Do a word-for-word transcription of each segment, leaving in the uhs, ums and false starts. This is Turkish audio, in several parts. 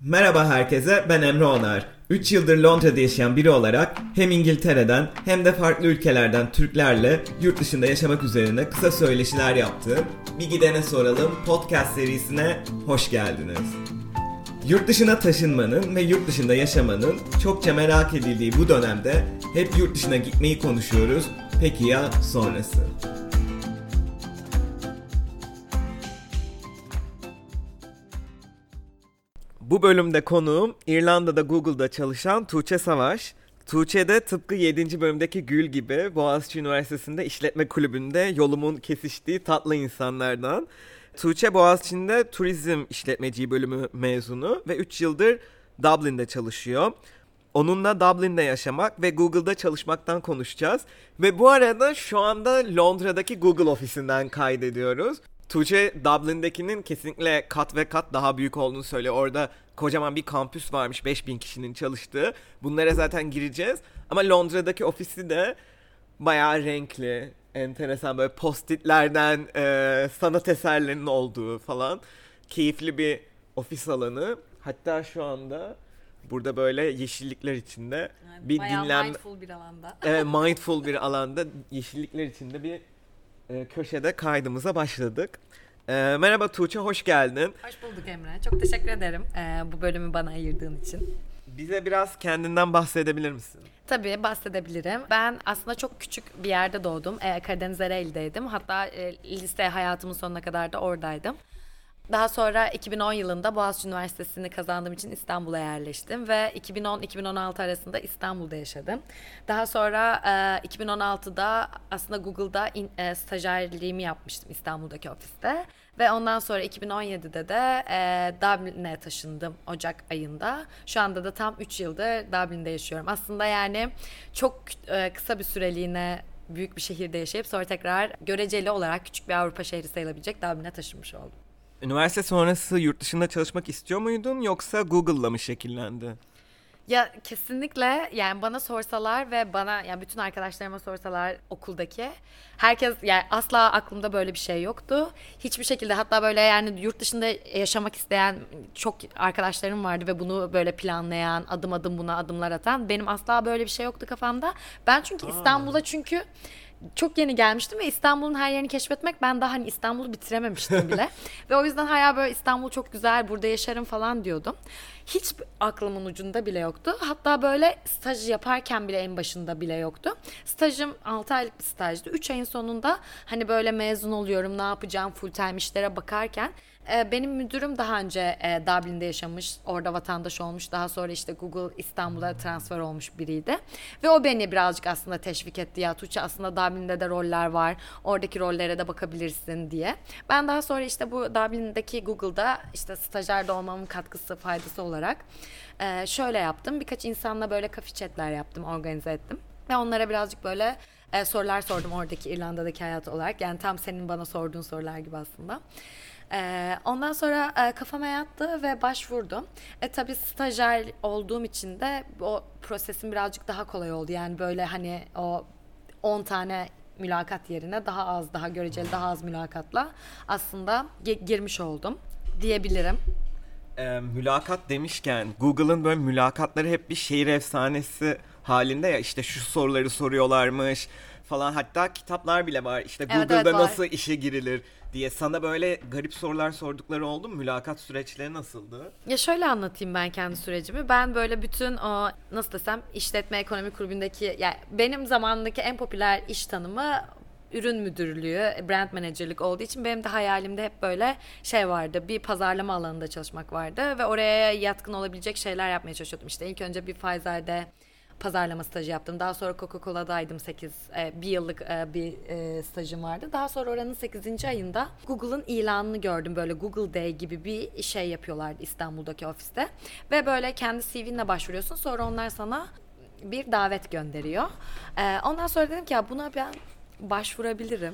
Merhaba herkese, ben Emre Onar. üç yıldır Londra'da yaşayan biri olarak hem İngiltere'den hem de farklı ülkelerden Türklerle yurt dışında yaşamak üzerine kısa söyleşiler yaptığım Bir Gidene Soralım podcast serisine hoş geldiniz. Yurt dışına taşınmanın ve yurt dışında yaşamanın çokça merak edildiği bu dönemde hep yurt dışına gitmeyi konuşuyoruz. Peki ya sonrası? Bu bölümde konuğum İrlanda'da Google'da çalışan Tuğçe Savaş. Tuğçe de tıpkı yedinci bölümdeki Gül gibi Boğaziçi Üniversitesi'nde işletme kulübünde yolumun kesiştiği tatlı insanlardan. Tuğçe Boğaziçi'nde turizm işletmeciliği bölümü mezunu ve üç yıldır Dublin'de çalışıyor. Onunla Dublin'de yaşamak ve Google'da çalışmaktan konuşacağız. Ve bu arada şu anda Londra'daki Google ofisinden kaydediyoruz. Tuğçe Dublin'dekinin kesinlikle kat ve kat daha büyük olduğunu söylüyor. Orada kocaman bir kampüs varmış, beş bin kişinin çalıştığı. Bunlara zaten gireceğiz. Ama Londra'daki ofisi de bayağı renkli, enteresan, böyle post-itlerden e, sanat eserlerinin olduğu falan keyifli bir ofis alanı. Hatta şu anda burada böyle yeşillikler içinde yani bir bayağı dinlenme... mindful bir alanda. e, mindful bir alanda yeşillikler içinde bir e, köşede kaydımıza başladık. E, merhaba Tuğçe, hoş geldin. Hoş bulduk Emre. Çok teşekkür ederim e, bu bölümü bana ayırdığın için. Bize biraz kendinden bahsedebilir misin? Tabii bahsedebilirim. Ben aslında çok küçük bir yerde doğdum. E, Karadeniz Ereğli'deydim. Hatta e, lise hayatımın sonuna kadar da oradaydım. Daha sonra iki bin on yılında Boğaziçi Üniversitesi'ni kazandığım için İstanbul'a yerleştim ve iki bin on iki bin on altı arasında İstanbul'da yaşadım. Daha sonra e, iki bin on altıda aslında Google'da in, e, stajyerliğimi yapmıştım İstanbul'daki ofiste. Ve ondan sonra iki bin on yedide de e, Dublin'e taşındım Ocak ayında. Şu anda da tam üç yıldır Dublin'de yaşıyorum. Aslında yani çok e, kısa bir süreliğine büyük bir şehirde yaşayıp sonra tekrar göreceli olarak küçük bir Avrupa şehri sayılabilecek Dublin'e taşınmış oldum. Üniversite sonrası yurt dışında çalışmak istiyor muydun yoksa Google'la mı şekillendi? Ya kesinlikle, yani bana sorsalar ve bana, yani bütün arkadaşlarıma sorsalar okuldaki, herkes, yani asla aklımda böyle bir şey yoktu. Hiçbir şekilde, hatta böyle yani yurt dışında yaşamak isteyen çok arkadaşlarım vardı ve bunu böyle planlayan, adım adım buna adımlar atan. Benim asla böyle bir şey yoktu kafamda. Ben çünkü İstanbul'a çünkü çok yeni gelmiştim ve İstanbul'un her yerini keşfetmek, ben daha hani İstanbul'u bitirememiştim bile. Ve o yüzden hala böyle İstanbul çok güzel, burada yaşarım falan diyordum. Hiç aklımın ucunda bile yoktu. Hatta böyle staj yaparken bile en başında bile yoktu. Stajım altı aylık bir stajdı. üç ayın sonunda hani böyle mezun oluyorum, ne yapacağım, full time işlere bakarken benim müdürüm daha önce Dublin'de yaşamış, orada vatandaş olmuş. Daha sonra işte Google İstanbul'a transfer olmuş biriydi. Ve o beni birazcık aslında teşvik etti. Ya Tuğçe, aslında Dublin'de de roller var. Oradaki rollere de bakabilirsin diye. Ben daha sonra işte bu Dublin'deki Google'da işte stajyerde olmamın katkısı, faydası olarak şöyle yaptım. Birkaç insanla böyle kafe chatler yaptım, organize ettim. Ve onlara birazcık böyle sorular sordum oradaki İrlanda'daki hayat olarak. Yani tam senin bana sorduğun sorular gibi aslında. Ee, ondan sonra e, kafama yattı ve başvurdum. E tabii stajyer olduğum için de o prosesin birazcık daha kolay oldu. Yani böyle hani o on tane mülakat yerine daha az, daha göreceli, daha az mülakatla aslında ge- girmiş oldum diyebilirim. Ee, mülakat demişken Google'ın böyle mülakatları hep bir şehir efsanesi halinde ya, işte şu soruları soruyorlarmış falan, hatta kitaplar bile var işte Evet, Google'da evet, var. nasıl işe girilir diye. Sana böyle garip sorular sordukları oldu mu? Mülakat süreçleri nasıldı? Ya şöyle anlatayım ben kendi sürecimi. Ben böyle bütün o, nasıl desem, işletme ekonomi kulübündeki, yani benim zamanımdaki en popüler iş tanımı ürün müdürlüğü, brand managerlik olduğu için benim de hayalimde hep böyle şey vardı. Bir pazarlama alanında çalışmak vardı ve oraya yatkın olabilecek şeyler yapmaya çalışıyordum. İşte ilk önce bir Pfizer'de pazarlama stajı yaptım. Daha sonra Coca-Cola'daydım sekiz, bir yıllık bir stajım vardı. Daha sonra oranın sekizinci ayında Google'ın ilanını gördüm. Böyle Google Day gibi bir şey yapıyorlardı İstanbul'daki ofiste. Ve böyle kendi C V'nle başvuruyorsun. Sonra onlar sana bir davet gönderiyor. Ondan sonra dedim ki ya buna ben başvurabilirim.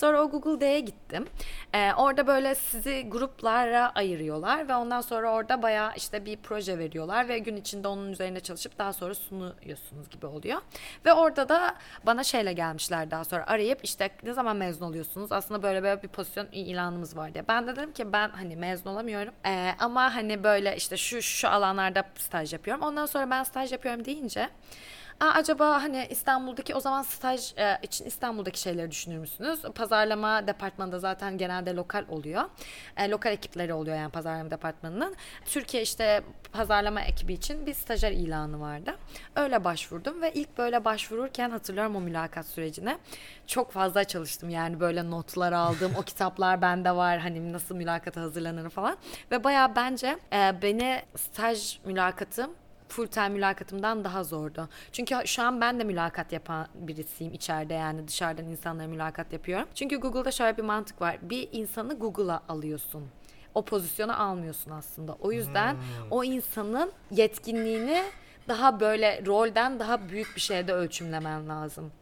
Sonra o Google D'ye gittim. Ee, orada böyle sizi gruplara ayırıyorlar ve ondan sonra orada bayağı işte bir proje veriyorlar ve gün içinde onun üzerine çalışıp daha sonra sunuyorsunuz gibi oluyor. Ve orada da bana şeyle gelmişler daha sonra arayıp işte ne zaman mezun oluyorsunuz? Aslında böyle böyle bir pozisyon ilanımız var diye. Ben de dedim ki ben hani mezun olamıyorum. Ee, ama hani böyle işte şu şu alanlarda staj yapıyorum. Ondan sonra ben staj yapıyorum deyince Aa, acaba hani İstanbul'daki o zaman staj e, için İstanbul'daki şeyleri düşünür müsünüz? Pazarlama departmanında zaten genelde lokal oluyor. E, lokal ekipleri oluyor yani pazarlama departmanının. Türkiye işte pazarlama ekibi için bir stajyer ilanı vardı. Öyle başvurdum ve ilk böyle başvururken hatırlıyorum o mülakat sürecine. Çok fazla çalıştım yani böyle notlar aldım. O kitaplar bende var hani nasıl mülakata hazırlanır falan. Ve bayağı bence e, beni staj mülakatım full time mülakatımdan daha zordu. Çünkü şu an ben de mülakat yapan birisiyim içeride yani dışarıdan insanlara mülakat yapıyorum. Çünkü Google'da şöyle bir mantık var. Bir insanı Google'a alıyorsun. O pozisyonu almıyorsun aslında. O yüzden hmm. o insanın yetkinliğini daha böyle rolden daha büyük bir şeyde ölçümlemen lazım.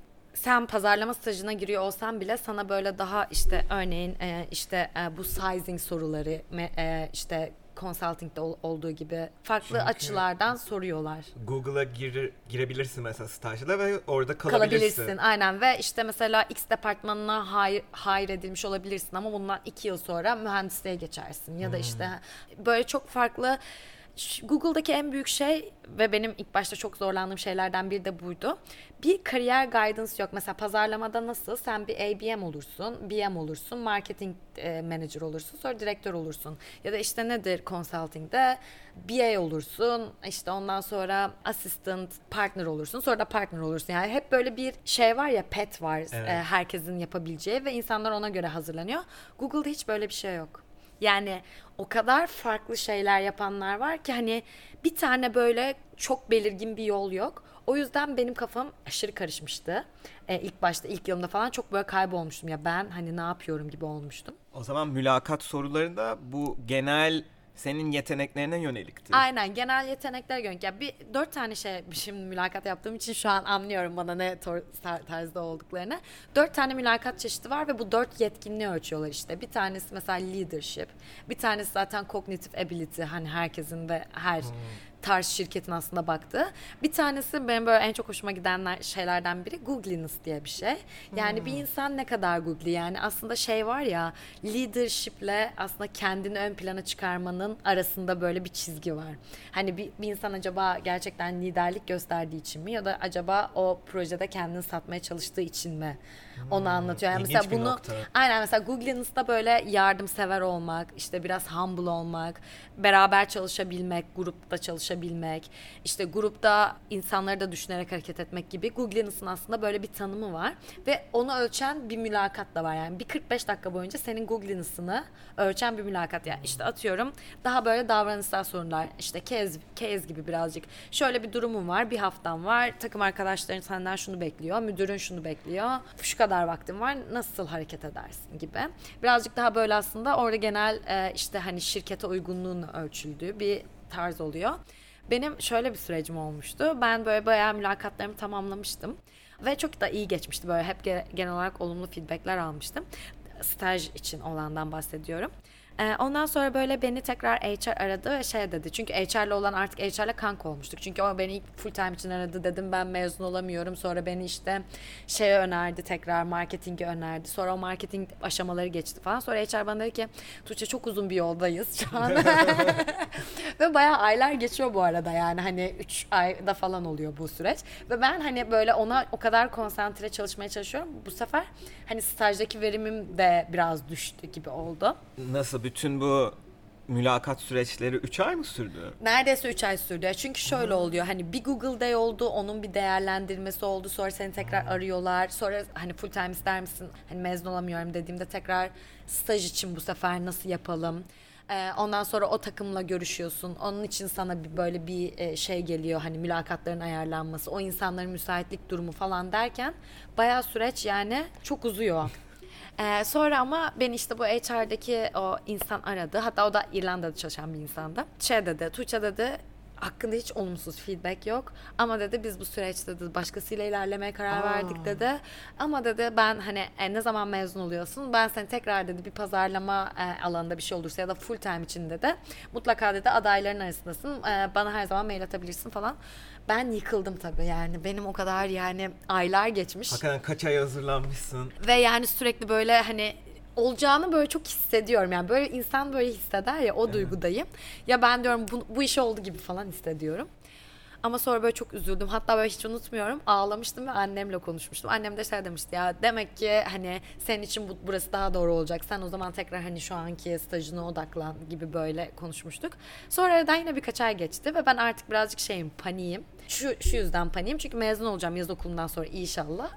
Sen pazarlama stajına giriyor olsan bile sana böyle daha işte örneğin e, işte e, bu sizing soruları e, işte consulting'de ol, olduğu gibi farklı Çünkü açılardan soruyorlar. Google'a gir, girebilirsin mesela stajda ve orada kalabilirsin. Kalabilirsin aynen ve işte mesela X departmanına hire, hire edilmiş olabilirsin ama bundan iki yıl sonra mühendisliğe geçersin ya da hmm. işte böyle çok farklı. Google'daki en büyük şey ve benim ilk başta çok zorlandığım şeylerden biri de buydu. Bir kariyer guidance yok. Mesela pazarlamada nasıl? Sen bir A B M olursun, B M olursun, marketing e, manager olursun, sonra direktör olursun. Ya da işte nedir consulting'de? B A olursun, işte ondan sonra assistant partner olursun, sonra da partner olursun. Yani hep böyle bir şey var ya, pet var evet. e, herkesin yapabileceği ve insanlar ona göre hazırlanıyor. Google'da hiç böyle bir şey yok. Yani o kadar farklı şeyler yapanlar var ki hani bir tane böyle çok belirgin bir yol yok. O yüzden benim kafam aşırı karışmıştı. Ee, ilk başta ilk yılımda falan çok böyle kaybolmuştum ya ben hani ne yapıyorum gibi olmuştum. O zaman mülakat soruları da bu genel senin yeteneklerine yönelikti. Aynen genel yeteneklere yönelik. Ya bir dört tane şey şimdi mülakat yaptığım için şu an anlıyorum bana ne tar- tarzda olduklarını. Dört tane mülakat çeşidi var ve bu dört yetkinliği ölçüyorlar işte. Bir tanesi mesela leadership. Bir tanesi zaten cognitive ability hani herkesin ve her hmm. tarz şirketin aslında baktığı. Bir tanesi benim böyle en çok hoşuma giden şeylerden biri googliness diye bir şey. Yani hmm. bir insan ne kadar googly yani aslında şey var ya leadership'le aslında kendini ön plana çıkarmanın arasında böyle bir çizgi var. Hani bir, bir insan acaba gerçekten liderlik gösterdiği için mi ya da acaba o projede kendini satmaya çalıştığı için mi onu hmm. anlatıyor. Yani İlginç mesela bunu nokta. aynen mesela googliness'ta böyle yardımsever olmak, işte biraz humble olmak, beraber çalışabilmek, grupta çalışabilmek, işte grupta insanları da düşünerek hareket etmek gibi googliness'ın aslında böyle bir tanımı var ve onu ölçen bir mülakat da var. Yani bir kırk beş dakika boyunca senin googliness'ını ölçen bir mülakat. Yani işte atıyorum daha böyle davranışsal sorunlar, işte case, case gibi birazcık. Şöyle bir durumum var, bir haftam var, takım arkadaşların senden şunu bekliyor, müdürün şunu bekliyor, şu kadar vaktin var, nasıl hareket edersin gibi. Birazcık daha böyle aslında orada genel e, işte hani şirkete uygunluğunu ölçüldüğü bir tarz oluyor. Benim şöyle bir sürecim olmuştu. Ben böyle bayağı mülakatlarımı tamamlamıştım. Ve çok da iyi geçmişti. Böyle hep genel olarak olumlu feedbackler almıştım. Staj için olandan bahsediyorum. Ondan sonra böyle beni tekrar H R aradı ve şey dedi. Çünkü H R'le olan artık H R'le kanka olmuştuk. Çünkü o beni ilk full time için aradı. Dedim ben mezun olamıyorum. Sonra beni işte şeye önerdi tekrar. Marketinge önerdi. Sonra o marketing aşamaları geçti falan. Sonra H R bana dedi ki Tuğçe çok uzun bir yoldayız şu an. Ve bayağı aylar geçiyor bu arada yani. Hani üç ayda falan oluyor bu süreç. Ve ben hani böyle ona o kadar konsantre çalışmaya çalışıyorum. Bu sefer hani stajdaki verimim de biraz düştü gibi oldu. Nasıl? Bütün bu mülakat süreçleri üç ay mı sürdü? Neredeyse üç ay sürdü. Çünkü şöyle hmm. oluyor. Hani bir Google Day oldu. Onun bir değerlendirmesi oldu. Sonra seni tekrar hmm. arıyorlar. Sonra hani full time ister misin? Hani mezun olamıyorum dediğimde tekrar staj için bu sefer nasıl yapalım? Ee, ondan sonra o takımla görüşüyorsun. Onun için sana bir böyle bir şey geliyor. Hani mülakatların ayarlanması, o insanların müsaitlik durumu falan derken bayağı süreç yani çok uzuyor. Ee, sonra ama beni işte bu H R'daki o insan aradı. Hatta o da İrlanda'da çalışan bir insandı. Şey dedi, Tuğçe dedi, hakkında hiç olumsuz feedback yok. Ama dedi biz bu süreçte dedi başkasıyla ilerlemeye karar Aa. verdik dedi. Ama dedi ben hani e, ne zaman mezun oluyorsun? Ben seni tekrar dedi bir pazarlama e, alanında bir şey olursa ya da full time için dedi. Mutlaka dedi adayların arasındasın. E, bana her zaman mail atabilirsin falan. Ben yıkıldım tabii yani. Benim o kadar yani aylar geçmiş. Hakikaten kaç ay hazırlanmışsın. Ve yani sürekli böyle hani olacağını böyle çok hissediyorum. Yani böyle insan böyle hisseder ya, o evet. Duygudayım. Ya ben diyorum bu, bu iş oldu gibi falan hissediyorum. Ama sonra böyle çok üzüldüm. Hatta böyle hiç unutmuyorum. Ağlamıştım ve annemle konuşmuştum. Annem de şey demişti ya, demek ki hani senin için bu, burası daha doğru olacak. Sen o zaman tekrar hani şu anki stajına odaklan gibi böyle konuşmuştuk. Sonra aradan yine birkaç ay geçti ve ben artık birazcık şeyim, paniğim. Şu, şu yüzden paniğim çünkü mezun olacağım yaz okulundan sonra inşallah.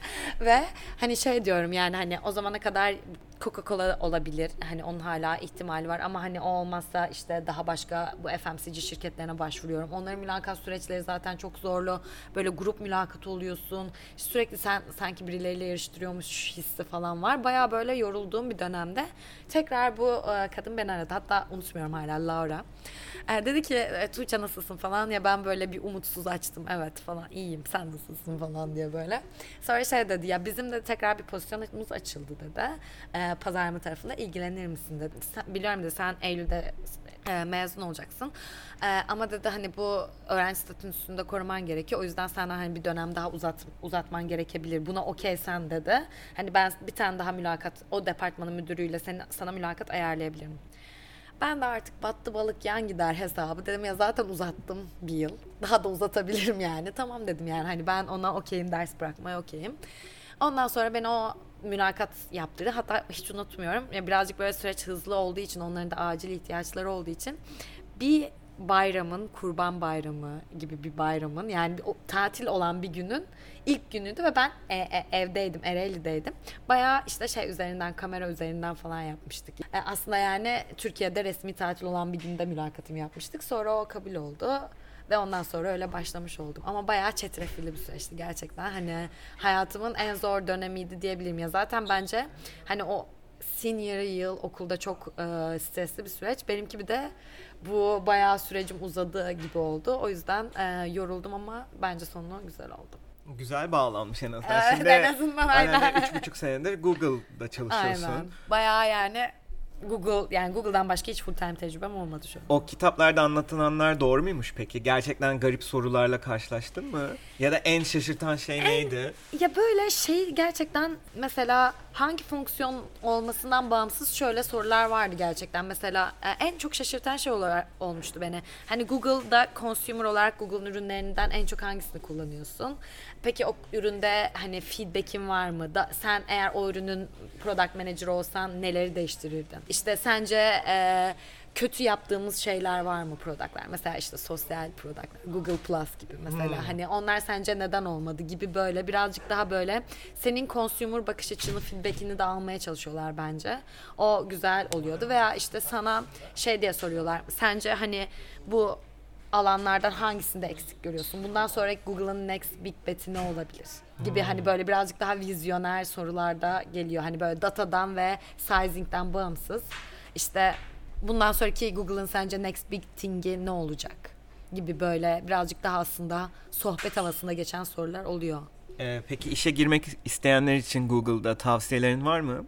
Ve hani şey diyorum yani hani o zamana kadar Coca-Cola olabilir. Hani onun hala ihtimali var ama hani o olmazsa işte daha başka bu F M C G şirketlerine başvuruyorum. Onların mülakat süreçleri zaten çok zorlu. Böyle grup mülakatı oluyorsun. Sürekli sen sanki birileriyle yarıştırıyormuş hissi falan var. Bayağı böyle yorulduğum bir dönemde tekrar bu kadın beni aradı. Hatta unutmuyorum hala, Laura. E, dedi ki Tuğçe nasılsın falan, ya ben böyle bir umutsuz açtım, evet falan, iyiyim sen nasılsın falan diye böyle. Sonra şey dedi ya, bizim de tekrar bir pozisyonumuz açıldı dedi. E, pazarlama tarafında ilgilenir misin dedi. Sen, biliyorum dedi sen Eylül'de e, mezun olacaksın. E, ama dedi hani bu öğrenci statüsünde koruman gerekiyor. O yüzden senden hani bir dönem daha uzat uzatman gerekebilir. Buna okeysen dedi. Hani ben bir tane daha mülakat o departmanın müdürüyle seni, sana mülakat ayarlayabilirim. Ben de artık battı balık yan gider hesabı dedim ya, zaten uzattım bir yıl. Daha da uzatabilirim yani. Tamam dedim yani hani ben ona okeyim, ders bırakmaya okeyim. Ondan sonra beni o mülakat yaptırdı. Hatta hiç unutmuyorum. Ya birazcık böyle süreç hızlı olduğu için, onların da acil ihtiyaçları olduğu için bir bayramın, Kurban Bayramı gibi bir bayramın, yani o tatil olan bir günün ilk günüydü ve ben e, e, evdeydim, Ereğli'deydim. Bayağı işte şey üzerinden, kamera üzerinden falan yapmıştık. E, aslında yani Türkiye'de resmi tatil olan bir günde mülakatımı yapmıştık. Sonra o kabul oldu. Ve ondan sonra öyle başlamış oldum. Ama bayağı çetrefilli bir süreçti gerçekten. Hani hayatımın en zor dönemiydi diyebilirim. Ya zaten bence hani o senior yıl okulda çok e, stresli bir süreç. Benimki bir de bu bayağı sürecim uzadı gibi oldu. O yüzden e, yoruldum ama bence sonu güzel oldu. Güzel bağlanmış en azından. Evet, Şimdi en azından aynen. aynen üç buçuk senedir Google'da çalışıyorsun. Aynen. Bayağı yani Google, yani Google'dan başka hiç full time tecrübem olmadı şu an. O kitaplarda anlatılanlar doğru muymuş peki? Gerçekten garip sorularla karşılaştın mı? Ya da en şaşırtan şey en, neydi? Ya böyle şey gerçekten mesela hangi fonksiyon olmasından bağımsız şöyle sorular vardı gerçekten. Mesela en çok şaşırtan şey olarak olmuştu beni. Hani Google'da consumer olarak Google'ın ürünlerinden en çok hangisini kullanıyorsun? Peki o üründe hani feedback'in var mı? Da, sen eğer o ürünün product manager olsan neleri değiştirirdin? İşte sence e, kötü yaptığımız şeyler var mı product'lar? Mesela işte sosyal product'lar, Google Plus gibi mesela. Hmm. Hani onlar sence neden olmadı gibi, böyle birazcık daha böyle senin consumer bakış açını, feedback'ini de almaya çalışıyorlar bence. O güzel oluyordu. Veya işte sana şey diye soruyorlar. Sence hani bu alanlardan hangisinde eksik görüyorsun? Bundan sonra Google'ın next big bet'i ne olabilir? Gibi hmm. hani böyle birazcık daha vizyoner sorular da geliyor. Hani böyle datadan ve sizing'den bağımsız. İşte bundan sonraki Google'ın sence next big thing'i ne olacak? Gibi böyle birazcık daha aslında sohbet havasında geçen sorular oluyor. Ee, peki işe girmek isteyenler için Google'da tavsiyelerin var mı?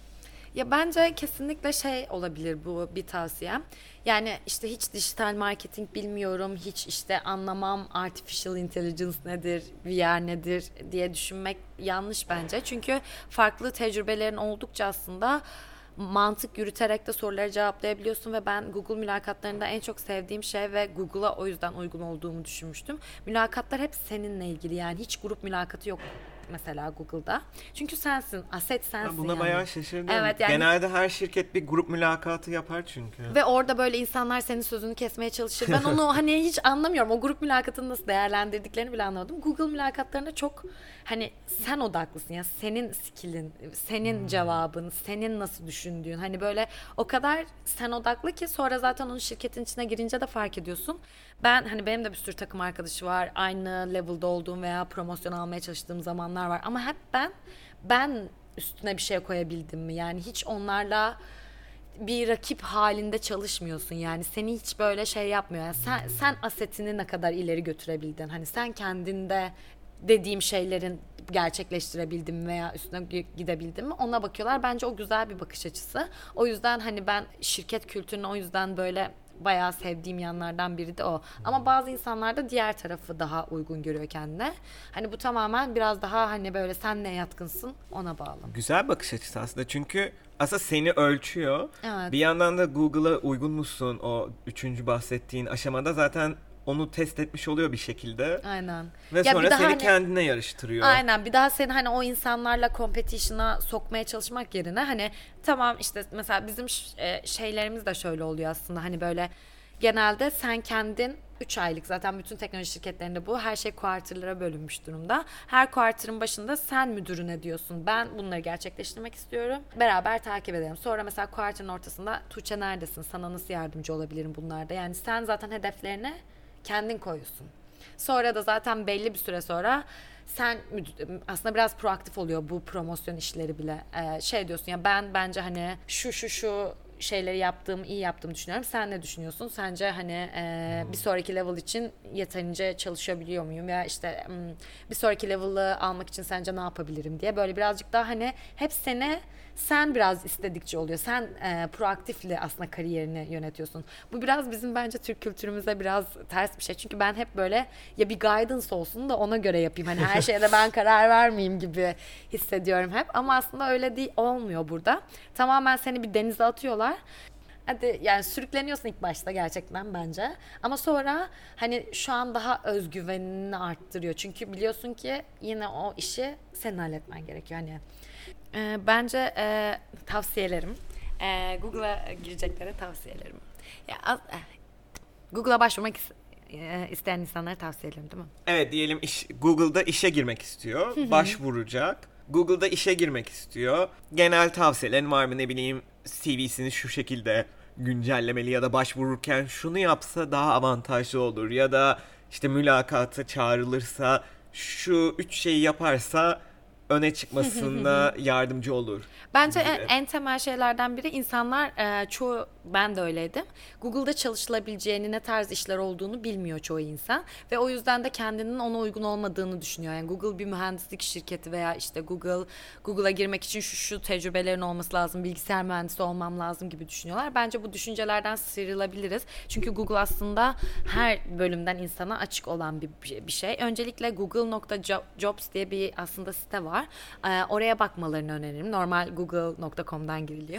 Ya bence kesinlikle şey olabilir, bu bir tavsiyem. Yani işte hiç dijital marketing bilmiyorum, hiç işte anlamam, artificial intelligence nedir, V R nedir diye düşünmek yanlış bence. Çünkü farklı tecrübelerin oldukça aslında mantık yürüterek de soruları cevaplayabiliyorsun ve ben Google mülakatlarında en çok sevdiğim şey ve Google'a o yüzden uygun olduğumu düşünmüştüm. Mülakatlar hep seninle ilgili, yani hiç grup mülakatı yok mesela Google'da. Çünkü sensin, aset sensin. Buna yani. Bayağı şaşırdım. Evet, yani... Genelde her şirket bir grup mülakatı yapar çünkü. Ve orada böyle insanlar senin sözünü kesmeye çalışır. Ben onu hani hiç anlamıyorum. O grup mülakatını nasıl değerlendirdiklerini bile anlamadım. Google mülakatlarında çok hani sen odaklısın ya. Senin skillin, senin hmm. cevabın, senin nasıl düşündüğün. Hani böyle o kadar sen odaklı ki sonra zaten onun şirketin içine girince de fark ediyorsun. Ben hani benim de bir sürü takım arkadaşı var. Aynı level'da olduğum veya promosyon almaya çalıştığım zamanlar var. Ama hep ben ben üstüne bir şey koyabildim mi? Yani hiç onlarla bir rakip halinde çalışmıyorsun yani seni hiç böyle şey yapmıyor. Yani sen sen asetini ne kadar ileri götürebildin? Hani sen kendinde dediğim şeylerin gerçekleştirebildin mi veya üstüne gidebildin mi ona bakıyorlar. Bence o güzel bir bakış açısı. O yüzden hani ben şirket kültürünü o yüzden böyle bayağı sevdiğim yanlardan biri de o. Ama bazı insanlar da diğer tarafı daha uygun görüyor kendine. Hani bu tamamen biraz daha hani böyle sen neye yatkınsın ona bağlı. Güzel bakış açısı aslında çünkü aslında seni ölçüyor. Evet. Bir yandan da Google'a uygun musun o üçüncü bahsettiğin aşamada zaten onu test etmiş oluyor bir şekilde. Aynen. Ve Ya sonra seni hani, kendine yarıştırıyor. Aynen. Bir daha seni hani o insanlarla competition'a sokmaya çalışmak yerine hani tamam işte mesela bizim şeylerimiz de şöyle oluyor aslında hani böyle genelde sen kendin üç aylık zaten bütün teknoloji şirketlerinde bu her şey quarter'lara bölünmüş durumda. Her quarter'ın başında sen müdürüne diyorsun ben bunları gerçekleştirmek istiyorum. Beraber takip edelim. Sonra mesela quarter'ın ortasında Tuğçe neredesin? Sana nasıl yardımcı olabilirim bunlarda? Yani sen zaten hedeflerini kendin koyuyorsun. Sonra da zaten belli bir süre sonra sen aslında biraz proaktif oluyor bu promosyon işleri bile. Ee, şey diyorsun ya ben bence hani şu şu şu şeyleri yaptığım, iyi yaptığımı düşünüyorum. Sen ne düşünüyorsun? Sence hani e, bir sonraki level için yeterince çalışabiliyor muyum? Ya işte bir sonraki level'ı almak için sence ne yapabilirim diye. Böyle birazcık daha hani hep seni sen biraz istedikçe oluyor. Sen e, proaktifle aslında kariyerini yönetiyorsun. Bu biraz bizim bence Türk kültürümüze biraz ters bir şey. Çünkü ben hep böyle ya bir guidance olsun da ona göre yapayım. Hani her şeyde ben karar vermeyeyim gibi hissediyorum hep. Ama aslında öyle değil olmuyor burada. Tamamen seni bir denize atıyorlar. Hadi yani sürükleniyorsun ilk başta gerçekten bence. Ama sonra hani şu an daha özgüvenini arttırıyor. Çünkü biliyorsun ki yine o işi senin halletmen gerekiyor. Hani e, bence e, tavsiyelerim. E, Google'a gireceklere tavsiyelerim. Ya, az, e, Google'a başvurmak is- isteyen insanlara tavsiyelerim değil mi? Evet diyelim iş, Google'da işe girmek istiyor. Başvuracak. Google'da işe girmek istiyor. Genel tavsiyelerin var mı ne bileyim C V'sini şu şekilde güncellemeli ya da başvururken şunu yapsa daha avantajlı olur ya da işte mülakata çağrılırsa şu üç şeyi yaparsa öne çıkmasına yardımcı olur. Bence en, en temel şeylerden biri insanlar e, çoğu ben de öyleydim. Google'da çalışılabileceğini ne tarz işler olduğunu bilmiyor çoğu insan ve o yüzden de kendinin ona uygun olmadığını düşünüyor. Yani Google bir mühendislik şirketi veya işte Google Google'a girmek için şu şu tecrübelerin olması lazım, bilgisayar mühendisi olmam lazım gibi düşünüyorlar. Bence bu düşüncelerden sıyrılabiliriz. Çünkü Google aslında her bölümden insana açık olan bir bir şey. Öncelikle google nokta jobs diye bir aslında site var. Ee, oraya bakmalarını öneririm. Normal google nokta com'dan giriliyor.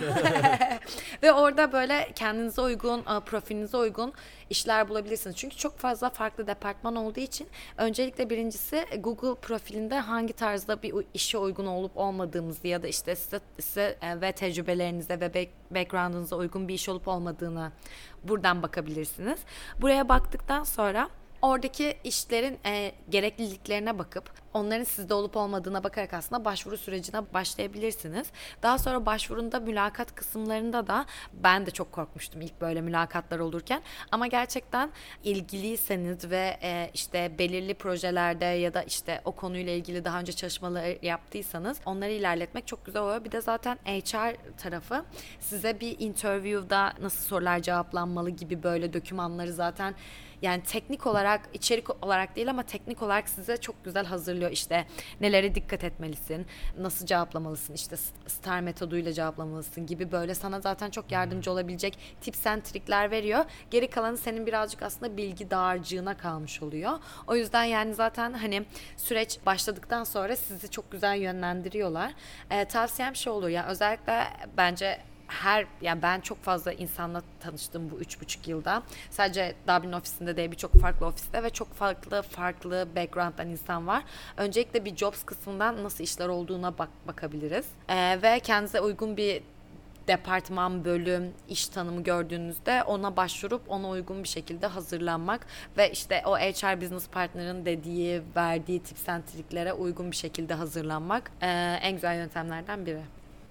Ve orada böyle kendinize uygun, profilinize uygun işler bulabilirsiniz. Çünkü çok fazla farklı departman olduğu için öncelikle birincisi Google profilinde hangi tarzda bir işe uygun olup olmadığımızı ya da işte size, size ve tecrübelerinize ve background'unuza uygun bir iş olup olmadığını buradan bakabilirsiniz. Buraya baktıktan sonra oradaki işlerin e, gerekliliklerine bakıp onların sizde olup olmadığına bakarak aslında başvuru sürecine başlayabilirsiniz. Daha sonra başvurunda mülakat kısımlarında da ben de çok korkmuştum ilk böyle mülakatlar olurken. Ama gerçekten ilgiliyseniz ve e, işte belirli projelerde ya da işte o konuyla ilgili daha önce çalışmaları yaptıysanız onları ilerletmek çok güzel oluyor. Bir de zaten H R tarafı size bir interview'da nasıl sorular cevaplanmalı gibi böyle dokümanları zaten yani teknik olarak, içerik olarak değil ama teknik olarak size çok güzel hazırlıyor. İşte nelere dikkat etmelisin, nasıl cevaplamalısın, işte STAR metoduyla cevaplamalısın gibi böyle sana zaten çok yardımcı olabilecek tips and trikler veriyor. Geri kalanı senin birazcık aslında bilgi dağarcığına kalmış oluyor. O yüzden yani zaten hani süreç başladıktan sonra sizi çok güzel yönlendiriyorlar. Ee, tavsiyem şey olur ya özellikle bence her yani ben çok fazla insanla tanıştım bu üç buçuk yılda. Sadece Dublin ofisinde değil birçok farklı ofiste ve çok farklı farklı background'dan insan var. Öncelikle bir jobs kısmından nasıl işler olduğuna bak bakabiliriz. Ee, ve kendinize uygun bir departman, bölüm, iş tanımı gördüğünüzde ona başvurup ona uygun bir şekilde hazırlanmak ve işte o H R business partner'ın dediği, verdiği tips and triklere uygun bir şekilde hazırlanmak ee, en güzel yöntemlerden biri.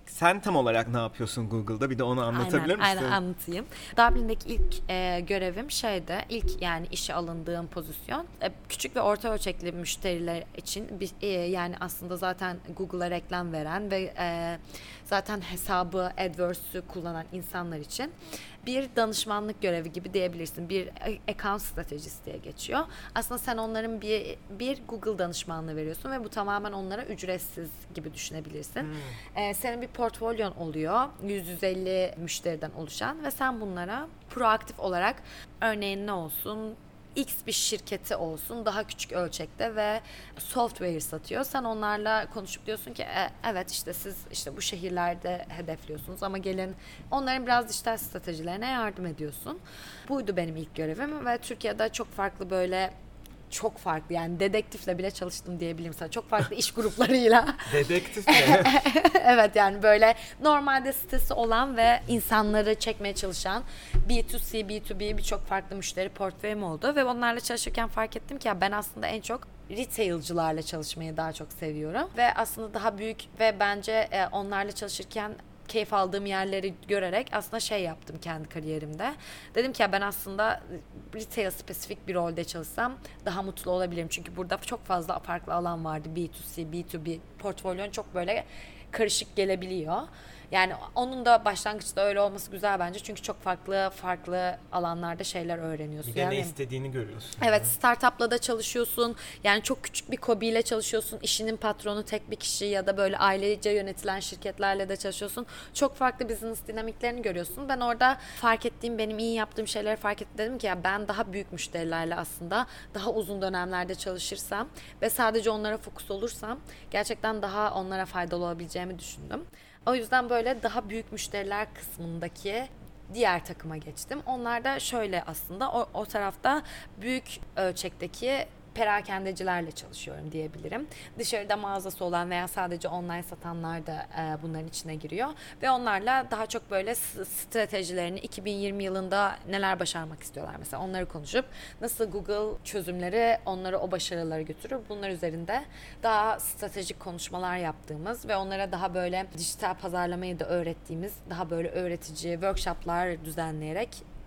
Sen tam olarak ne yapıyorsun Google'da? Bir de onu anlatabilir aynen, misin? Aynen anlatayım. Dublin'deki ilk e, görevim şeydi. İlk yani işe alındığım pozisyon. E, küçük ve orta ölçekli müşteriler için bir, e, yani aslında zaten Google'a reklam veren ve e, zaten hesabı AdWords'ü kullanan insanlar için bir danışmanlık görevi gibi diyebilirsin. Bir account stratejisi diye geçiyor. Aslında sen onların bir bir Google danışmanlığı veriyorsun ve bu tamamen onlara ücretsiz gibi düşünebilirsin. Hmm. Ee, senin bir portfolyon oluyor. yüz yüz elli müşteriden oluşan ve sen bunlara proaktif olarak örneğin ne olsun? X bir şirketi olsun daha küçük ölçekte ve software satıyor. Sen onlarla konuşup diyorsun ki e, evet işte siz işte bu şehirlerde hedefliyorsunuz ama gelin onların biraz dijital stratejilerine yardım ediyorsun. Buydu benim ilk görevim ve Türkiye'de çok farklı böyle çok farklı yani dedektifle bile çalıştım diyebilirim sana. Çok farklı iş gruplarıyla. Dedektif mi? Evet yani böyle normalde sitesi olan ve insanları çekmeye çalışan B iki C, B iki B birçok farklı müşteri portföyüm oldu ve onlarla çalışırken fark ettim ki ya ben aslında en çok retailcılarla çalışmayı daha çok seviyorum ve aslında daha büyük ve bence onlarla çalışırken keyif aldığım yerleri görerek aslında şey yaptım kendi kariyerimde. Dedim ki ya ben aslında retail spesifik bir rolde çalışsam daha mutlu olabilirim. Çünkü burada çok fazla farklı alan vardı. B iki C, B iki B portfolyon çok böyle karışık gelebiliyor. Yani onun da başlangıçta öyle olması güzel bence. Çünkü çok farklı farklı alanlarda şeyler öğreniyorsun. Bir de yani, ne istediğini görüyorsun. Evet yani. Startup'la da çalışıyorsun. Yani çok küçük bir KOBİ'yle çalışıyorsun. İşinin patronu tek bir kişi ya da böyle ailece yönetilen şirketlerle de çalışıyorsun. Çok farklı business dinamiklerini görüyorsun. Ben orada fark ettiğim, benim iyi yaptığım şeyleri fark ettim. Dedim ki ya ben daha büyük müşterilerle aslında daha uzun dönemlerde çalışırsam ve sadece onlara fokus olursam gerçekten daha onlara faydalı olabileceğimi düşündüm. O yüzden böyle daha büyük müşteriler kısmındaki diğer takıma geçtim. Onlar da şöyle aslında o, o tarafta büyük ölçekteki perakendecilerle çalışıyorum diyebilirim. Dışarıda mağazası olan veya sadece online satanlar da e, bunların içine giriyor. Ve onlarla daha çok böyle stratejilerini iki bin yirmi yılında neler başarmak istiyorlar mesela onları konuşup nasıl Google çözümleri onları o başarılara götürür. Bunlar üzerinde daha stratejik konuşmalar yaptığımız ve onlara daha böyle dijital pazarlamayı da öğrettiğimiz daha böyle öğretici workshoplar düzenleyerek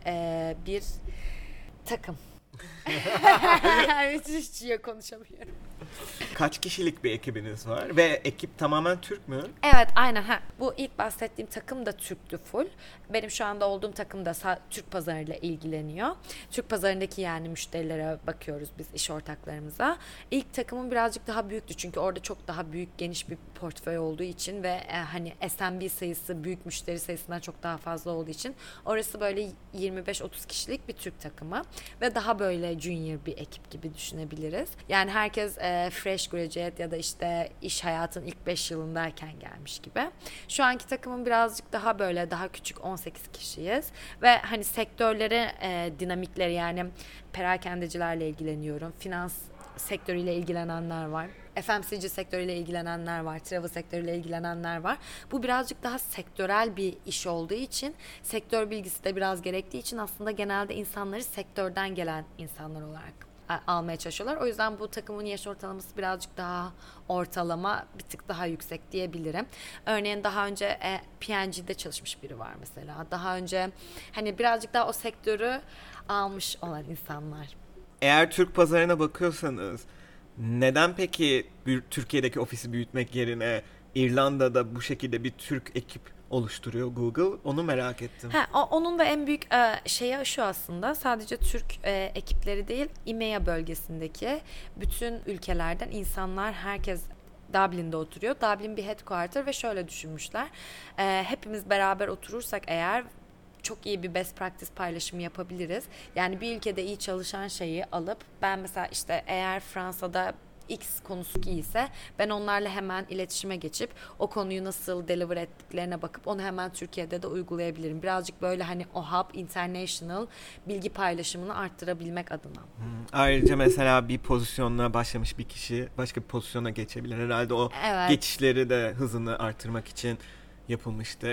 e, bir takım. Müthiş konuşamıyorum. Kaç kişilik bir ekibiniz var? Ve ekip tamamen Türk mü? Evet aynen. Ha. Bu ilk bahsettiğim takım da Türktü full. Benim şu anda olduğum takım da sa- Türk pazarıyla ilgileniyor. Türk pazarındaki yani müşterilere bakıyoruz biz iş ortaklarımıza. İlk takımım birazcık daha büyüktü. Çünkü orada çok daha büyük geniş bir portföy olduğu için ve e, hani S M B sayısı büyük müşteri sayısından çok daha fazla olduğu için orası böyle yirmi beş otuz kişilik bir Türk takımı ve daha böyle junior bir ekip gibi düşünebiliriz. Yani herkes e, fresh graduate ya da işte iş hayatının ilk beş yılındayken gelmiş gibi. Şu anki takımın birazcık daha böyle daha küçük on sekiz kişiyiz ve hani sektörleri e, dinamikleri yani perakendecilerle ilgileniyorum. Finans sektörüyle ilgilenenler var. F M C G sektörüyle ilgilenenler var. Travel sektörüyle ilgilenenler var. Bu birazcık daha sektörel bir iş olduğu için sektör bilgisi de biraz gerektiği için aslında genelde insanları sektörden gelen insanlar olarak almaya çalışıyorlar. O yüzden bu takımın yaş ortalaması birazcık daha ortalama, bir tık daha yüksek diyebilirim. Örneğin daha önce e, P and G'de çalışmış biri var mesela. Daha önce hani birazcık daha o sektörü almış olan insanlar. Eğer Türk pazarına bakıyorsanız neden peki bir Türkiye'deki ofisi büyütmek yerine İrlanda'da bu şekilde bir Türk ekip oluşturuyor Google? Onu merak ettim. Ha, o, onun da en büyük e, şeyi şu aslında. Sadece Türk e, ekipleri değil, E M E A bölgesindeki bütün ülkelerden insanlar, herkes Dublin'de oturuyor. Dublin bir headquarter ve şöyle düşünmüşler. E, hepimiz beraber oturursak eğer çok iyi bir best practice paylaşımı yapabiliriz. Yani bir ülkede iyi çalışan şeyi alıp ben mesela işte eğer Fransa'da X konusu iyiyse ben onlarla hemen iletişime geçip o konuyu nasıl deliver ettiklerine bakıp onu hemen Türkiye'de de uygulayabilirim. Birazcık böyle hani o hub international bilgi paylaşımını arttırabilmek adına. Hmm. Ayrıca mesela bir pozisyonla başlamış bir kişi başka bir pozisyona geçebilir. Herhalde o evet. geçişleri de hızını arttırmak için yapılmıştır.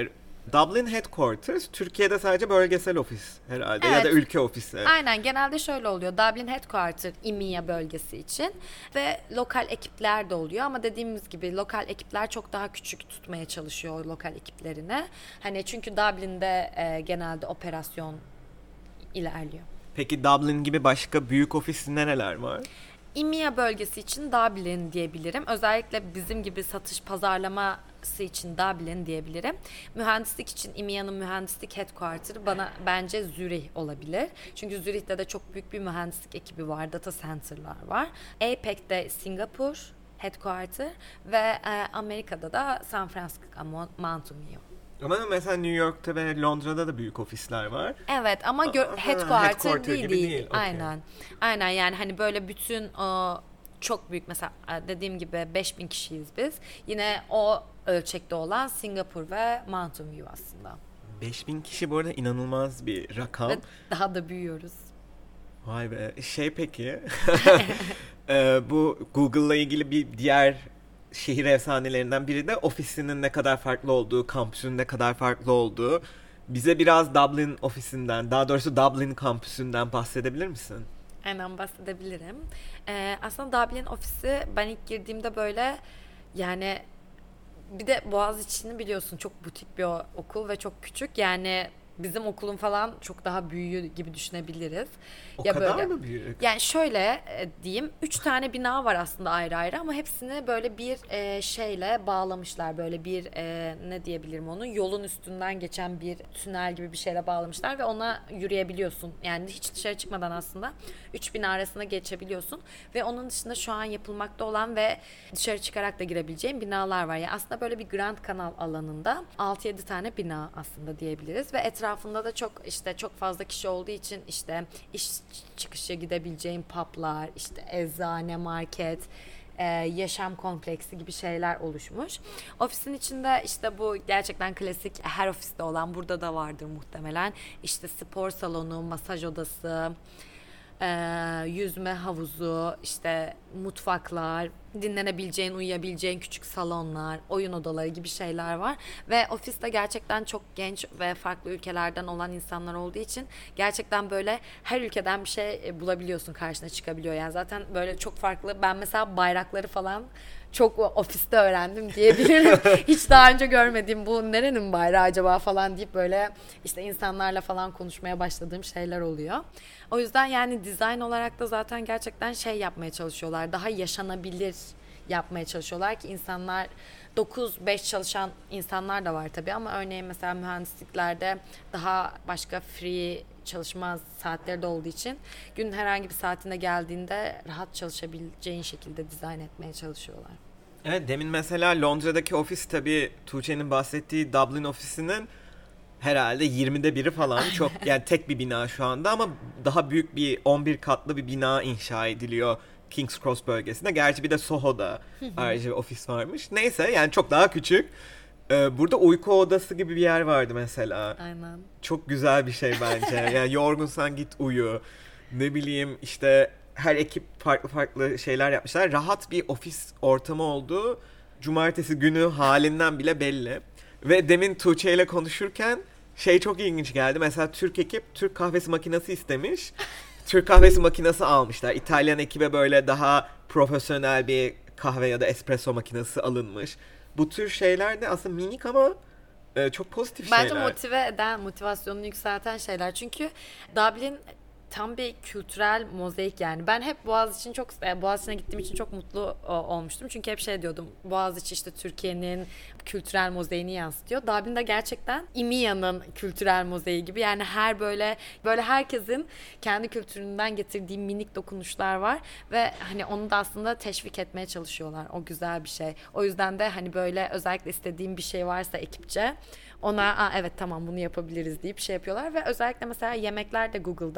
Dublin Headquarters Türkiye'de sadece bölgesel ofis herhalde Evet. ya da ülke ofisi. Aynen, genelde şöyle oluyor. Dublin Headquarter İ M E A bölgesi için ve lokal ekipler de oluyor ama dediğimiz gibi lokal ekipler çok daha küçük tutmaya çalışıyor o lokal ekiplerini. Hani çünkü Dublin'de e, genelde operasyon ilerliyor. Peki Dublin gibi başka büyük ofis nereler var? İ M E A bölgesi için Dublin diyebilirim. Özellikle bizim gibi satış pazarlaması için Dublin diyebilirim. Mühendislik için İ M E A'nın mühendislik headquarter'ı bana bence Zürih olabilir. Çünkü Zürih'te de çok büyük bir mühendislik ekibi var, data center'lar var. A P E C'te Singapur headquarter ve e, Amerika'da da San Francisco Mountain View. Ama mesela New York'ta ve Londra'da da büyük ofisler var. Evet ama gö- Aha, headquarter, headquarter değil gibi değil. değil, okey. Aynen. Aynen yani hani böyle bütün o çok büyük mesela dediğim gibi beş bin kişiyiz biz. Yine o ölçekte olan Singapur ve Mountain View aslında. beş bin kişi bu arada inanılmaz bir rakam. Ve daha da büyüyoruz. Vay be. Şey peki. Ee, bu Google'la ilgili bir diğer şehir efsanelerinden biri de ofisinin ne kadar farklı olduğu, kampüsünün ne kadar farklı olduğu. Bize biraz Dublin ofisinden, daha doğrusu Dublin kampüsünden bahsedebilir misin? Aynen bahsedebilirim. Ee, aslında Dublin ofisi ben ilk girdiğimde böyle yani bir de Boğaziçi'ni biliyorsun çok butik bir o- okul ve çok küçük yani bizim okulun falan çok daha büyüğü gibi düşünebiliriz. O Ya kadar böyle, mı büyük? yani şöyle e, diyeyim, üç tane bina var aslında ayrı ayrı ama hepsini böyle bir e, şeyle bağlamışlar. Böyle bir e, ne diyebilirim onu, yolun üstünden geçen bir tünel gibi bir şeyle bağlamışlar ve ona yürüyebiliyorsun. Yani hiç dışarı çıkmadan aslında üç bina arasında geçebiliyorsun ve onun dışında şu an yapılmakta olan ve dışarı çıkarak da girebileceğin binalar var. Yani aslında böyle bir Grand Kanal alanında altı yedi tane bina aslında diyebiliriz ve etrafında da çok işte çok fazla kişi olduğu için işte iş çıkışı gidebileceğin publar, işte eczane, market, e, yaşam kompleksi gibi şeyler oluşmuş. Ofisin içinde işte bu gerçekten klasik her ofiste olan, burada da vardır muhtemelen. İşte spor salonu, masaj odası, e, yüzme havuzu, işte mutfaklar, dinlenebileceğin, uyuyabileceğin küçük salonlar, oyun odaları gibi şeyler var. Ve ofiste gerçekten çok genç ve farklı ülkelerden olan insanlar olduğu için gerçekten böyle her ülkeden bir şey bulabiliyorsun, karşına çıkabiliyor. Yani zaten böyle çok farklı. Ben mesela bayrakları falan çok ofiste öğrendim diyebilirim. Hiç daha önce görmediğim, bu nerenin bayrağı acaba falan deyip böyle işte insanlarla falan konuşmaya başladığım şeyler oluyor. O yüzden yani dizayn olarak da zaten gerçekten şey yapmaya çalışıyorlar. Daha yaşanabilir yapmaya çalışıyorlar ki insanlar, dokuz beş çalışan insanlar da var tabii ama örneğin mesela mühendisliklerde daha başka free çalışma saatleri de olduğu için günün herhangi bir saatinde geldiğinde rahat çalışabileceğin şekilde dizayn etmeye çalışıyorlar. Evet, demin mesela Londra'daki ofis, tabii Tuğçe'nin bahsettiği Dublin ofisinin herhalde yirmide biri falan, çok yani tek bir bina şu anda ama daha büyük bir on bir katlı bir bina inşa ediliyor King's Cross bölgesinde. Gerçi bir de Soho'da ayrıca bir ofis varmış. Neyse yani çok daha küçük. Ee, burada uyku odası gibi bir yer vardı mesela. Aynen. Çok güzel bir şey bence. Yani yorgunsan git uyu. Ne bileyim işte her ekip farklı farklı şeyler yapmışlar. Rahat bir ofis ortamı olduğu cumartesi günü halinden bile belli. Ve demin Tuğçe ile konuşurken şey çok ilginç geldi. Mesela Türk ekip Türk kahvesi makinesi istemiş. Türk kahvesi makinesi almışlar. İtalyan ekibe böyle daha profesyonel bir kahve ya da espresso makinesi alınmış. Bu tür şeyler de aslında minik ama e, çok pozitif Bence şeyler. motive eden, motivasyonunu yükselten şeyler. Çünkü Dublin tam bir kültürel mozaik yani. Ben hep Boğaziçi'ni çok, Boğaziçi'ne gittiğim için çok mutlu o, olmuştum. Çünkü hep şey diyordum, Boğaziçi işte Türkiye'nin kültürel mozaiğini yansıtıyor. Dublin'de gerçekten İ M E A'nın kültürel mozaiği gibi. Yani her böyle böyle herkesin kendi kültüründen getirdiği minik dokunuşlar var ve hani onu da aslında teşvik etmeye çalışıyorlar. O güzel bir şey. O yüzden de hani böyle özellikle istediğim bir şey varsa ekipçe ona, Aa, evet tamam bunu yapabiliriz deyip şey yapıyorlar ve özellikle mesela yemekler de Google'da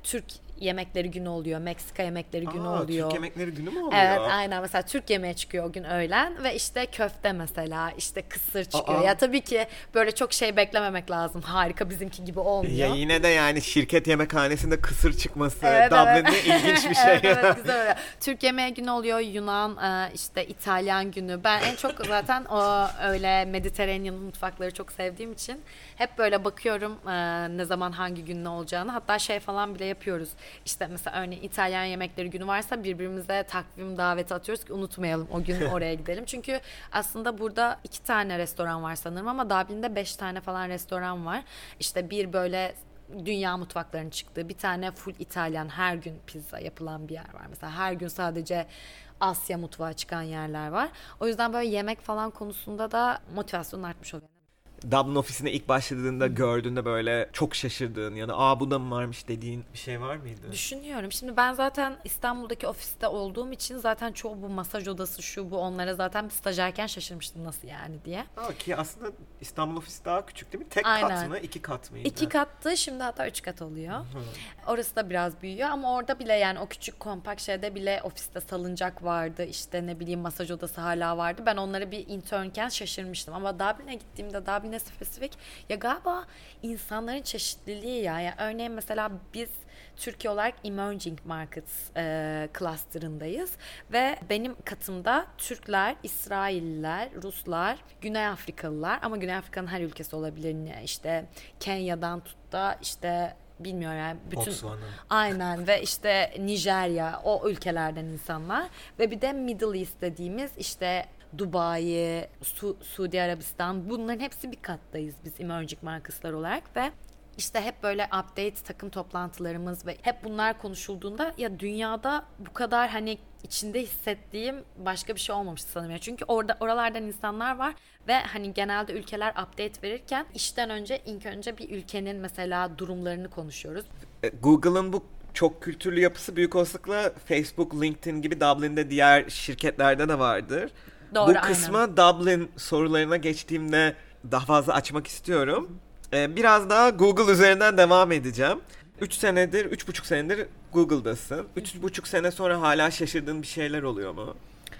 Türk yemekleri günü oluyor, Meksika yemekleri günü Aa, oluyor. Türk yemekleri günü mü oluyor? Evet, aynen, mesela Türk yemeği çıkıyor o gün öğlen ve işte köfte, mesela işte kısır çıkıyor. Aa. Ya tabii ki böyle çok şey beklememek lazım. Harika bizimki gibi olmuyor. Ya yine de yani şirket yemekhanesinde kısır çıkması Evet, Dublin'de evet. ilginç bir şey. Evet, evet, güzel oluyor. Türk yemeği günü oluyor, Yunan, e, işte İtalyan günü. Ben en çok zaten o öyle Mediterranean mutfakları çok sevdiğim için hep böyle bakıyorum e, ne zaman hangi gün ne olacağını. Hatta şey falan bile yapıyoruz. İşte mesela örneğin İtalyan yemekleri günü varsa birbirimize takvim daveti atıyoruz ki unutmayalım o gün oraya gidelim. Çünkü aslında burada iki tane restoran var sanırım ama Dublin'de beş tane falan restoran var. İşte bir böyle dünya mutfaklarının çıktığı, bir tane full İtalyan, her gün pizza yapılan bir yer var. Mesela her gün sadece Asya mutfağı çıkan yerler var. O yüzden böyle yemek falan konusunda da motivasyonun artmış oluyor. Dublin ofisine ilk başladığında gördüğünde böyle çok şaşırdığın ya da aa bu da mı varmış dediğin bir şey var mıydı? Düşünüyorum. Şimdi ben zaten İstanbul'daki ofiste olduğum için zaten çoğu bu masaj odası şu bu onlara zaten bir stajyerken şaşırmıştım nasıl yani diye. Aa, ki aslında İstanbul ofisi daha küçük değil mi? Tek Aynen. kat mı? İki kat mıydı? İki kattı, şimdi hatta üç kat oluyor. Orası da biraz büyüyor ama orada bile yani o küçük kompakt şeyde bile ofiste salıncak vardı, işte ne bileyim masaj odası hala vardı. Ben onları bir internken şaşırmıştım ama Dublin'e gittiğimde Dublin'e spesifik ya galiba insanların çeşitliliği ya. Yani örneğin mesela biz Türkiye olarak Emerging Markets e, cluster'ındayız ve benim katımda Türkler, İsrailliler, Ruslar, Güney Afrikalılar ama Güney Afrika'nın her ülkesi olabilir. İşte Kenya'dan tut da işte bilmiyorum yani bütün Botswana. aynen ve işte Nijerya, o ülkelerden insanlar ve bir de Middle East dediğimiz işte Dubai, Su- Suudi Arabistan, bunların hepsi bir kattayız biz Emerging Markets'lar olarak ve işte hep böyle update takım toplantılarımız ve hep bunlar konuşulduğunda ya dünyada bu kadar hani içinde hissettiğim başka bir şey olmamıştı sanırım. Çünkü orada oralardan insanlar var ve hani genelde ülkeler update verirken işten önce ilk önce bir ülkenin mesela durumlarını konuşuyoruz. Google'ın bu çok kültürlü yapısı büyük olasılıkla Facebook, LinkedIn gibi Dublin'de diğer şirketlerde de vardır. Doğru, bu kısma aynen. Dublin sorularına geçtiğimde daha fazla açmak istiyorum. Ee, biraz daha Google üzerinden devam edeceğim. üç senedir, üç buçuk senedir Google'dasın. üç buçuk sene sonra hala şaşırdığın bir şeyler oluyor mu?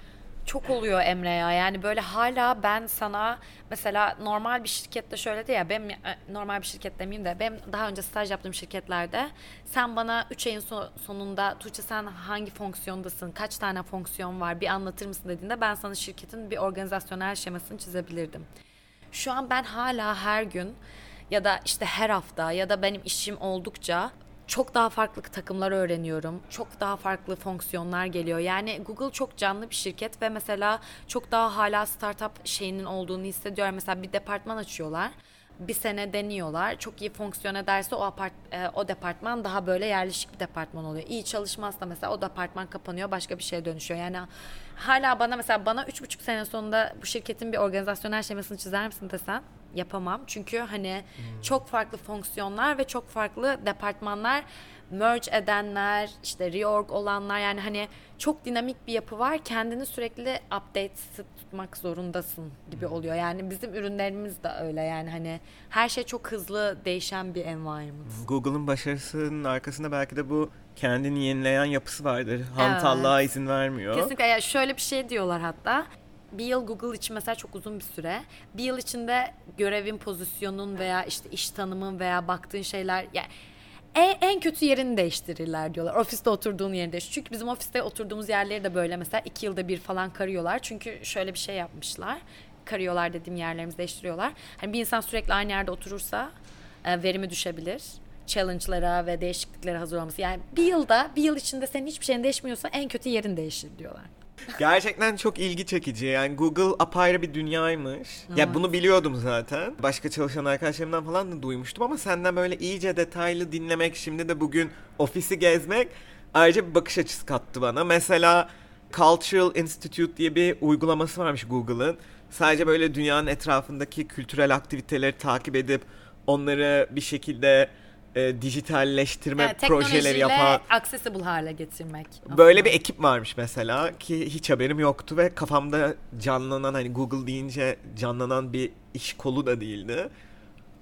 Çok oluyor Emre ya, yani böyle hala ben sana mesela normal bir şirkette şöyle de ya benim normal bir şirket demeyeyim de benim daha önce staj yaptığım şirketlerde sen bana üç ayın so- sonunda Tuğçe sen hangi fonksiyondasın, kaç tane fonksiyon var bir anlatır mısın dediğinde ben sana şirketin bir organizasyonel şemasını çizebilirdim. Şu an ben hala her gün ya da işte her hafta ya da benim işim oldukça çok daha farklı takımlar öğreniyorum. Çok daha farklı fonksiyonlar geliyor. Yani Google çok canlı bir şirket ve mesela çok daha hala startup şeyinin olduğunu hissediyorum. Mesela bir departman açıyorlar. Bir sene deniyorlar. Çok iyi fonksiyon ederse o apart, e, o departman daha böyle yerleşik bir departman oluyor. İyi çalışmazsa mesela o departman kapanıyor, başka bir şeye dönüşüyor. Yani hala bana mesela bana üç buçuk sene sonunda bu şirketin bir organizasyonel şemasını çizer misin desen yapamam. Çünkü hani hmm. çok farklı fonksiyonlar ve çok farklı departmanlar merge edenler, işte reorg olanlar, yani hani çok dinamik bir yapı var. Kendini sürekli update tutmak zorundasın gibi oluyor. Yani bizim ürünlerimiz de öyle. Yani hani her şey çok hızlı değişen bir environment. Google'ın başarısının arkasında belki de bu kendini yenileyen yapısı vardır. Hantallığa evet. izin vermiyor. Kesinlikle. Yani şöyle bir şey diyorlar hatta. Bir yıl Google için mesela çok uzun bir süre. Bir yıl içinde görevin, pozisyonun veya işte iş tanımın veya baktığın şeyler yani en, en kötü yerini değiştirirler diyorlar. Ofiste oturduğun yeri değiştir. Çünkü bizim ofiste oturduğumuz yerleri de böyle mesela iki yılda bir falan karıyorlar. Çünkü şöyle bir şey yapmışlar. Karıyorlar dediğim yerlerimizi değiştiriyorlar. Hani bir insan sürekli aynı yerde oturursa e, verimi düşebilir. Challenge'lara ve değişikliklere hazır olması. Yani bir yılda, bir yıl içinde senin hiçbir şeyin değişmiyorsa en kötü yerin değişir diyorlar. Gerçekten çok ilgi çekici. Yani Google apayrı bir dünyaymış. Evet. Ya bunu biliyordum zaten. Başka çalışan arkadaşlarımdan falan da duymuştum ama senden böyle iyice detaylı dinlemek, şimdi de bugün ofisi gezmek ayrıca bir bakış açısı kattı bana. Mesela Cultural Institute diye bir uygulaması varmış Google'ın. Sadece böyle dünyanın etrafındaki kültürel aktiviteleri takip edip onları bir şekilde E, dijitalleştirme evet, projeleri yapan accessible hale getirmek. Böyle bir ekip varmış mesela ki hiç haberim yoktu ve kafamda canlanan, hani Google deyince canlanan bir iş kolu da değildi.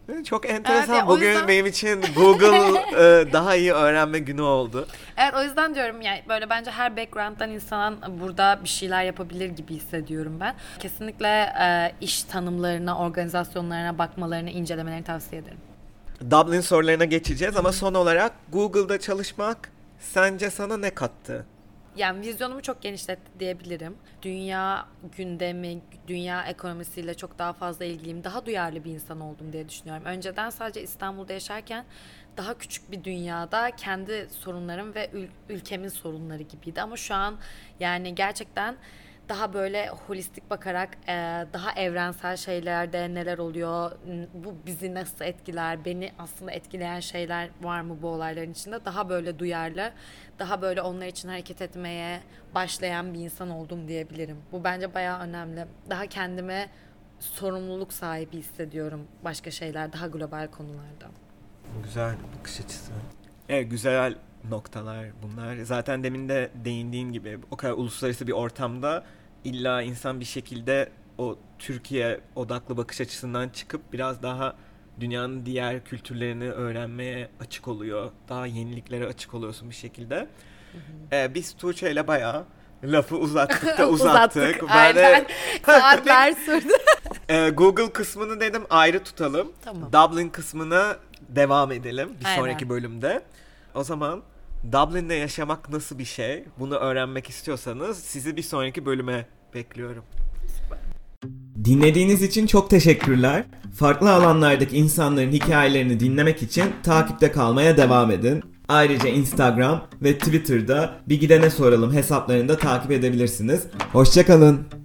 Çok enteresan. Evet, ya, Bugün yüzden... benim için Google e, daha iyi öğrenme günü oldu. Evet, o yüzden diyorum yani böyle bence her background'dan insan burada bir şeyler yapabilir gibi hissediyorum ben. Kesinlikle e, iş tanımlarına, organizasyonlarına bakmalarını, incelemelerini tavsiye ederim. Dublin sorularına geçeceğiz ama son olarak Google'da çalışmak sence sana ne kattı? Yani vizyonumu çok genişletti diyebilirim. Dünya gündemi, dünya ekonomisiyle çok daha fazla ilgiliyim. Daha duyarlı bir insan oldum diye düşünüyorum. Önceden sadece İstanbul'da yaşarken daha küçük bir dünyada kendi sorunlarım ve ül- ülkemin sorunları gibiydi. Ama şu an yani gerçekten daha böyle holistik bakarak e, daha evrensel şeylerde neler oluyor, bu bizi nasıl etkiler, beni aslında etkileyen şeyler var mı bu olayların içinde, daha böyle duyarlı, daha böyle onlar için hareket etmeye başlayan bir insan oldum diyebilirim. Bu bence bayağı önemli. Daha kendime sorumluluk sahibi hissediyorum başka şeyler, daha global konularda. Güzel bakış açısı. Evet, güzel noktalar bunlar. Zaten demin de değindiğin gibi o kadar uluslararası bir ortamda illa insan bir şekilde o Türkiye odaklı bakış açısından çıkıp biraz daha dünyanın diğer kültürlerini öğrenmeye açık oluyor. Daha yeniliklere açık oluyorsun bir şekilde. Hı hı. Ee, biz Tuğçe ile bayağı lafı uzattık da uzattık. uzattık. Aynen. Saatler sürdü. ee, Google kısmını dedim ayrı tutalım. Tamam. Dublin kısmına devam edelim bir Aynen. sonraki bölümde. O zaman Dublin'de yaşamak nasıl bir şey? Bunu öğrenmek istiyorsanız sizi bir sonraki bölüme bekliyorum. Dinlediğiniz için çok teşekkürler. Farklı alanlardaki insanların hikayelerini dinlemek için takipte kalmaya devam edin. Ayrıca Instagram ve Twitter'da Bir Gidene Soralım hesaplarını da takip edebilirsiniz. Hoşça kalın.